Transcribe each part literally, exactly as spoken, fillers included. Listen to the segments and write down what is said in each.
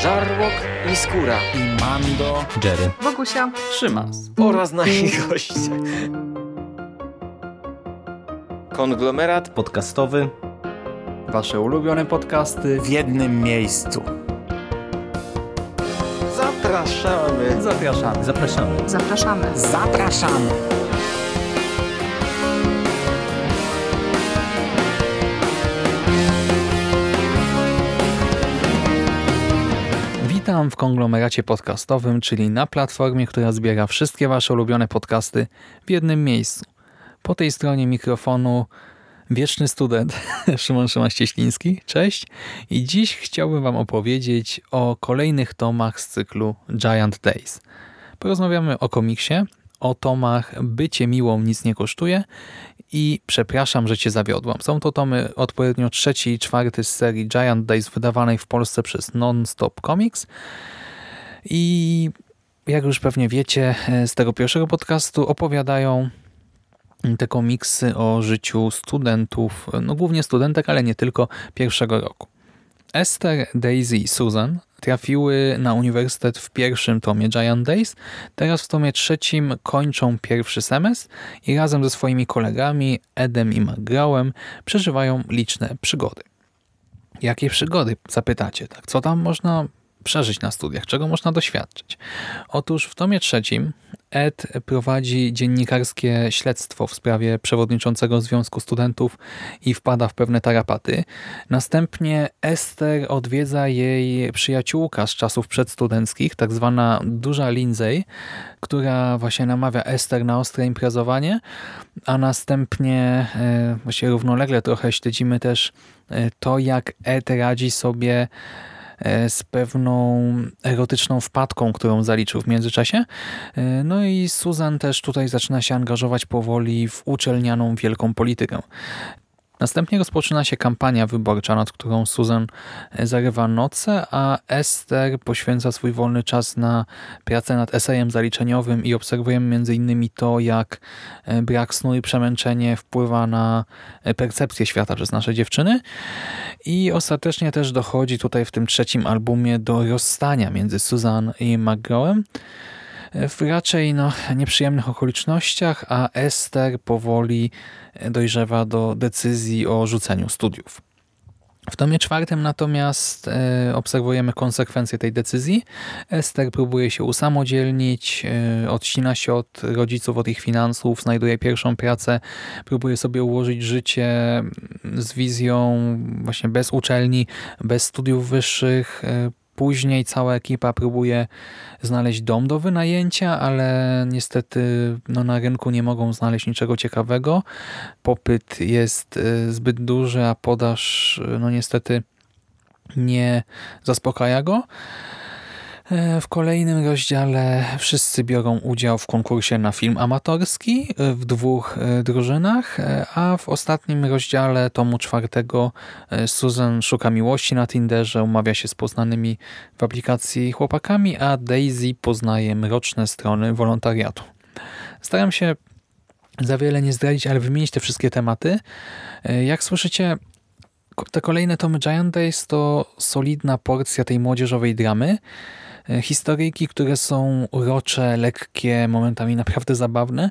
Żarłok i Skóra i Mando, Jerry, Wokusia, Szymas oraz nasi goście. Konglomerat podcastowy. Wasze ulubione podcasty w jednym miejscu. Zapraszamy. Zapraszamy. Zapraszamy. zapraszamy. Zapraszamy. Witam w konglomeracie podcastowym, czyli na platformie, która zbiera wszystkie wasze ulubione podcasty w jednym miejscu. Po tej stronie mikrofonu wieczny student Szymon Szymaś-Cieśliński. Cześć. I dziś chciałbym wam opowiedzieć o kolejnych tomach z cyklu Giant Days. Porozmawiamy o komiksie, o tomach Bycie miłą nic nie kosztuje i Przepraszam, że cię zawiodłam. Są to tomy odpowiednio trzeci i czwarty z serii Giant Days wydawanej w Polsce przez Non-Stop Comics. I jak już pewnie wiecie, z tego pierwszego podcastu opowiadają te komiksy o życiu studentów, no głównie studentek, ale nie tylko, pierwszego roku. Esther, Daisy i Susan trafiły na uniwersytet w pierwszym tomie Giant Days, teraz w tomie trzecim kończą pierwszy semestr i razem ze swoimi kolegami Edem i McGrawem przeżywają liczne przygody. Jakie przygody? Zapytacie. Tak? Co tam można przeżyć na studiach? Czego można doświadczyć? Otóż w tomie trzecim Ed prowadzi dziennikarskie śledztwo w sprawie przewodniczącego Związku Studentów i wpada w pewne tarapaty. Następnie Esther odwiedza jej przyjaciółka z czasów przedstudenckich, tak zwana duża Lindsay, która właśnie namawia Esther na ostre imprezowanie, a następnie e, właśnie równolegle trochę śledzimy też e, to, jak Ed radzi sobie z pewną erotyczną wpadką, którą zaliczył w międzyczasie. No i Susan też tutaj zaczyna się angażować powoli w uczelnianą wielką politykę. Następnie rozpoczyna się kampania wyborcza, nad którą Susan zarywa noce, a Esther poświęca swój wolny czas na pracę nad esejem zaliczeniowym i obserwujemy między innymi to, jak brak snu i przemęczenie wpływa na percepcję świata przez nasze dziewczyny. I ostatecznie też dochodzi tutaj w tym trzecim albumie do rozstania między Susan i McGrawem w raczej no, nieprzyjemnych okolicznościach, a Esther powoli dojrzewa do decyzji o rzuceniu studiów. W tomie czwartym natomiast e, obserwujemy konsekwencje tej decyzji. Esther próbuje się usamodzielnić, e, odcina się od rodziców, od ich finansów, znajduje pierwszą pracę, próbuje sobie ułożyć życie z wizją właśnie bez uczelni, bez studiów wyższych. E, Później cała ekipa próbuje znaleźć dom do wynajęcia, ale niestety no, na rynku nie mogą znaleźć niczego ciekawego. Popyt jest zbyt duży, a podaż no niestety nie zaspokaja go. W kolejnym rozdziale wszyscy biorą udział w konkursie na film amatorski w dwóch drużynach, a w ostatnim rozdziale tomu czwartego Susan szuka miłości na Tinderze, umawia się z poznanymi w aplikacji chłopakami, a Daisy poznaje mroczne strony wolontariatu. Staram się za wiele nie zdradzić, ale wymienić te wszystkie tematy. Jak słyszycie, te kolejne tomy Giant Days to solidna porcja tej młodzieżowej dramy. Historyjki, które są urocze, lekkie, momentami naprawdę zabawne.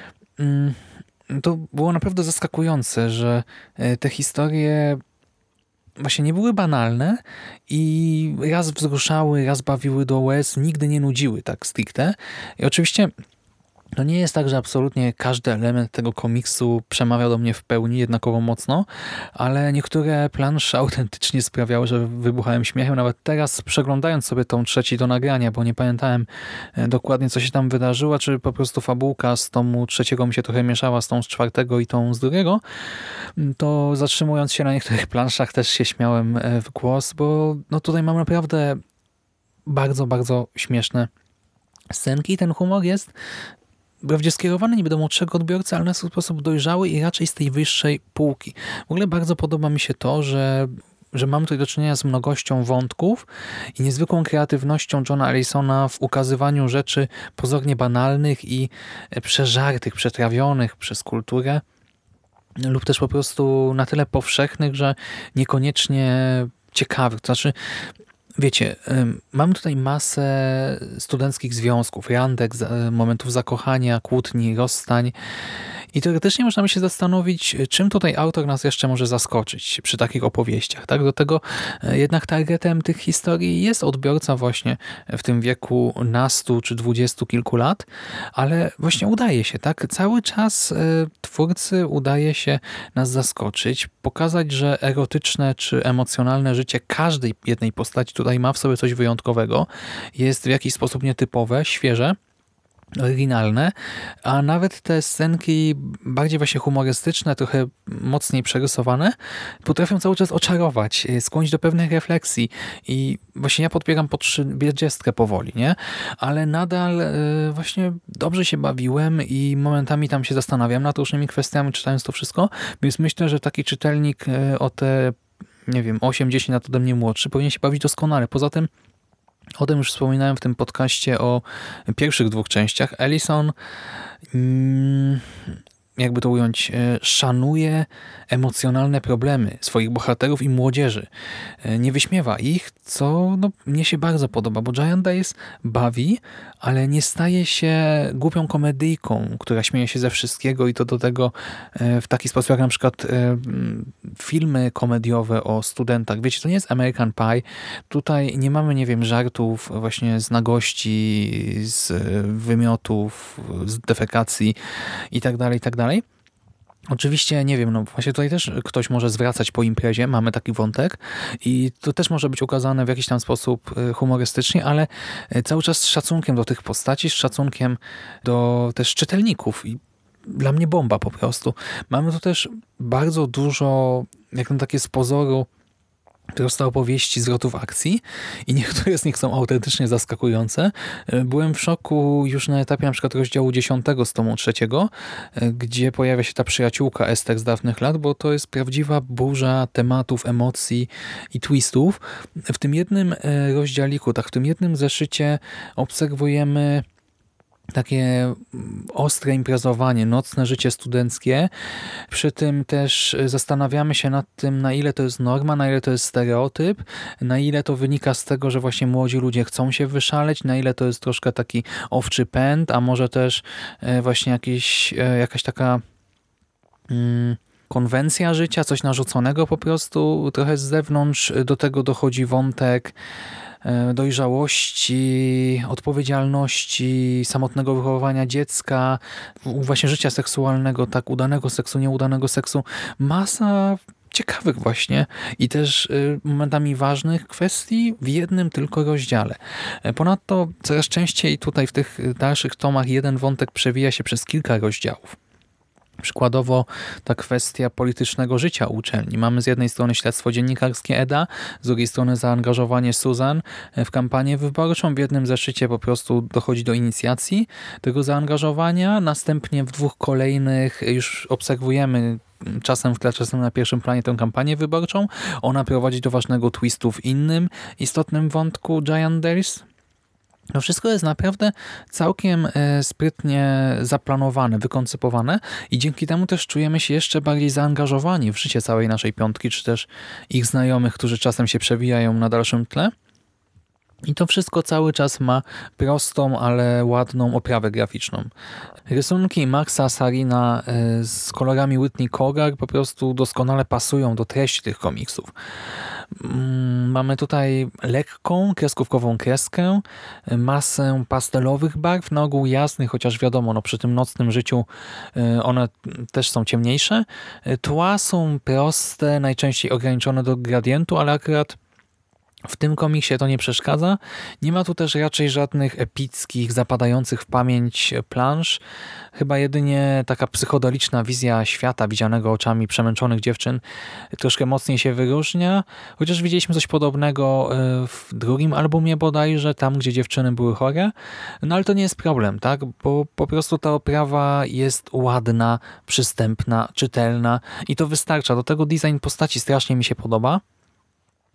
To było naprawdę zaskakujące, że te historie właśnie nie były banalne i raz wzruszały, raz bawiły do łez, nigdy nie nudziły tak stricte. I oczywiście to nie jest tak, że absolutnie każdy element tego komiksu przemawia do mnie w pełni jednakowo mocno, ale niektóre plansze autentycznie sprawiały, że wybuchałem śmiechem. Nawet teraz, przeglądając sobie tą trzeci do nagrania, bo nie pamiętałem dokładnie, co się tam wydarzyło, czy po prostu fabułka z tomu trzeciego mi się trochę mieszała z tą z czwartego i tą z drugiego, to zatrzymując się na niektórych planszach też się śmiałem w głos, bo no tutaj mam naprawdę bardzo, bardzo śmieszne scenki. Ten humor jest wprawdzie skierowany niby do młodszego odbiorcy, ale na swój sposób dojrzały i raczej z tej wyższej półki. W ogóle bardzo podoba mi się to, że, że mam tutaj do czynienia z mnogością wątków i niezwykłą kreatywnością Johna Allisona w ukazywaniu rzeczy pozornie banalnych i przeżartych, przetrawionych przez kulturę lub też po prostu na tyle powszechnych, że niekoniecznie ciekawych. To znaczy wiecie, ym, mamy tutaj masę studenckich związków, randek, za- momentów zakochania, kłótni, rozstań. I teoretycznie można by się zastanowić, czym tutaj autor nas jeszcze może zaskoczyć przy takich opowieściach. Tak? Do tego e, jednak targetem tych historii jest odbiorca właśnie w tym wieku nastu czy dwudziestu kilku lat, ale właśnie udaje się. Tak? Cały czas e, twórcy udaje się nas zaskoczyć, pokazać, że erotyczne czy emocjonalne życie każdej jednej postaci tutaj ma w sobie coś wyjątkowego, jest w jakiś sposób nietypowe, świeże, oryginalne, a nawet te scenki bardziej właśnie humorystyczne, trochę mocniej przerysowane, potrafią cały czas oczarować, skłonić do pewnych refleksji i właśnie ja podbieram pod trzydziestkę powoli, nie? Ale nadal e, właśnie dobrze się bawiłem i momentami tam się zastanawiam nad różnymi kwestiami, czytając to wszystko, więc myślę, że taki czytelnik e, o te, nie wiem, osiem dziesięć lat ode mnie młodszy powinien się bawić doskonale. Poza tym o tym już wspominałem w tym podcaście o pierwszych dwóch częściach. Ellison, mm, jakby to ująć, e, szanuje emocjonalne problemy swoich bohaterów i młodzieży. E, Nie wyśmiewa ich, co no, mnie się bardzo podoba, bo Giant Days bawi, ale nie staje się głupią komedyjką, która śmieje się ze wszystkiego i to do tego e, w taki sposób, jak na przykład e, mm, filmy komediowe o studentach. Wiecie, to nie jest American Pie. Tutaj nie mamy, nie wiem, żartów właśnie z nagości, z e, wymiotów, z defekacji i tak dalej, i tak dalej. Oczywiście, nie wiem, no właśnie tutaj też ktoś może zwracać po imprezie, mamy taki wątek i to też może być ukazane w jakiś tam sposób e, humorystycznie, ale e, cały czas z szacunkiem do tych postaci, z szacunkiem do też czytelników i dla mnie bomba po prostu. Mamy tu też bardzo dużo, jak na takie z pozoru, proste opowieści zwrotów akcji i niektóre z nich są autentycznie zaskakujące. Byłem w szoku już na etapie na przykład rozdziału dziesiątego z tomu trzeciego, gdzie pojawia się ta przyjaciółka Ester z dawnych lat, bo to jest prawdziwa burza tematów, emocji i twistów. W tym jednym e, rozdziałiku, tak, w tym jednym zeszycie obserwujemy takie ostre imprezowanie, nocne życie studenckie. Przy tym też zastanawiamy się nad tym, na ile to jest norma, na ile to jest stereotyp, na ile to wynika z tego, że właśnie młodzi ludzie chcą się wyszaleć, na ile to jest troszkę taki owczy pęd, a może też e, właśnie jakiś, e, jakaś taka mm, konwencja życia, coś narzuconego po prostu trochę z zewnątrz. Do tego dochodzi wątek dojrzałości, odpowiedzialności, samotnego wychowywania dziecka, właśnie życia seksualnego, tak, udanego seksu, nieudanego seksu. Masa ciekawych właśnie i też y, momentami ważnych kwestii w jednym tylko rozdziale. Ponadto coraz częściej tutaj w tych dalszych tomach jeden wątek przewija się przez kilka rozdziałów. Przykładowo ta kwestia politycznego życia uczelni. Mamy z jednej strony śledztwo dziennikarskie Eda, z drugiej strony zaangażowanie Susan w kampanię wyborczą. W jednym zeszycie po prostu dochodzi do inicjacji tego zaangażowania. Następnie w dwóch kolejnych już obserwujemy czasem w tle, czasem na pierwszym planie tę kampanię wyborczą. Ona prowadzi do ważnego twistu w innym istotnym wątku Giant Days. To wszystko jest naprawdę całkiem e, sprytnie zaplanowane, wykoncypowane i dzięki temu też czujemy się jeszcze bardziej zaangażowani w życie całej naszej piątki, czy też ich znajomych, którzy czasem się przewijają na dalszym tle. I to wszystko cały czas ma prostą, ale ładną oprawę graficzną. Rysunki Maxa Sarina e, z kolorami Whitney Kogar po prostu doskonale pasują do treści tych komiksów. Mamy tutaj lekką, kreskówkową kreskę, masę pastelowych barw, na ogół jasnych, chociaż wiadomo, no przy tym nocnym życiu one też są ciemniejsze. Tła są proste, najczęściej ograniczone do gradientu, ale akurat w tym komiksie to nie przeszkadza. Nie ma tu też raczej żadnych epickich, zapadających w pamięć plansz. Chyba jedynie taka psychodeliczna wizja świata widzianego oczami przemęczonych dziewczyn troszkę mocniej się wyróżnia. Chociaż widzieliśmy coś podobnego w drugim albumie bodajże, tam gdzie dziewczyny były chore. No ale to nie jest problem, tak? Bo po prostu ta oprawa jest ładna, przystępna, czytelna i to wystarcza. Do tego design postaci strasznie mi się podoba.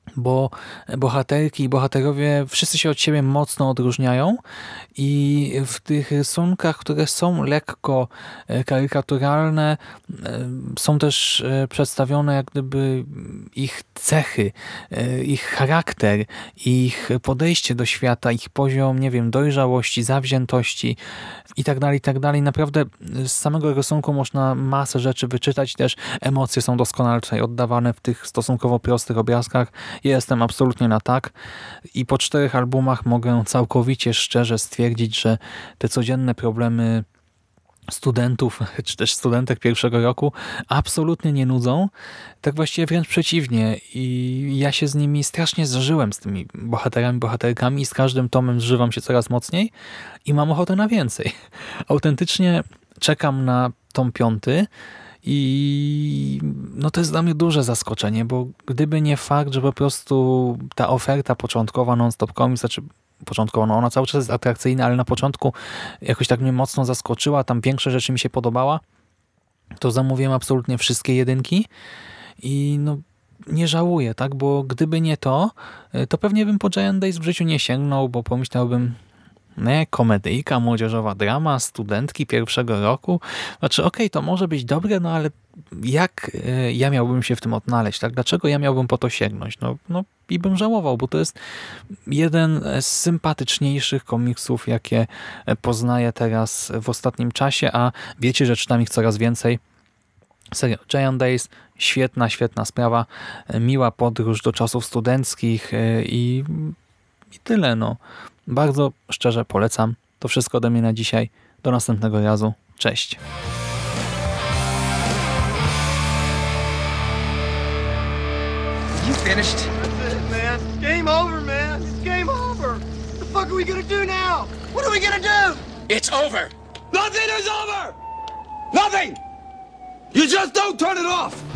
bo bohaterki i bohaterowie wszyscy się od siebie mocno odróżniają i w tych rysunkach, które są lekko e, karykaturalne, e, są też e, przedstawione jak gdyby ich cechy, e, ich charakter, ich podejście do świata, ich poziom, nie wiem, dojrzałości, zawziętości i tak dalej, i tak dalej. Naprawdę z samego rysunku można masę rzeczy wyczytać, też emocje są doskonale tutaj oddawane w tych stosunkowo prostych obrazkach. Ja jestem absolutnie na tak i po czterech albumach mogę całkowicie szczerze stwierdzić, że te codzienne problemy studentów, czy też studentek pierwszego roku absolutnie nie nudzą. Tak właściwie wręcz przeciwnie. I ja się z nimi strasznie zżyłem, z tymi bohaterami, bohaterkami i z każdym tomem zżywam się coraz mocniej i mam ochotę na więcej. Autentycznie czekam na tom piąty i no to jest dla mnie duże zaskoczenie, bo gdyby nie fakt, że po prostu ta oferta początkowa non-stop comics, znaczy początkowo, no ona cały czas jest atrakcyjna, ale na początku jakoś tak mnie mocno zaskoczyła, tam większość rzeczy mi się podobała, to zamówiłem absolutnie wszystkie jedynki i no nie żałuję, tak, bo gdyby nie to, to pewnie bym po Giant Days w życiu nie sięgnął, bo pomyślałbym, nie, komedyjka, młodzieżowa drama, studentki pierwszego roku. Znaczy, okej, okay, to może być dobre, no ale jak y, ja miałbym się w tym odnaleźć? Tak? Dlaczego ja miałbym po to sięgnąć? No, no i bym żałował, bo to jest jeden z sympatyczniejszych komiksów, jakie poznaję teraz w ostatnim czasie, a wiecie, że czytam ich coraz więcej. Serio, Giant Days, świetna, świetna sprawa, miła podróż do czasów studenckich i, i tyle, no. Bardzo szczerze polecam. To wszystko ode mnie na dzisiaj. Do następnego razu. Cześć. You finished? That's it, man. Game over, man. It's game over. What the fuck are we gonna do now? What are we gonna do? It's over. Nothing is over! Nothing! You just don't turn it off!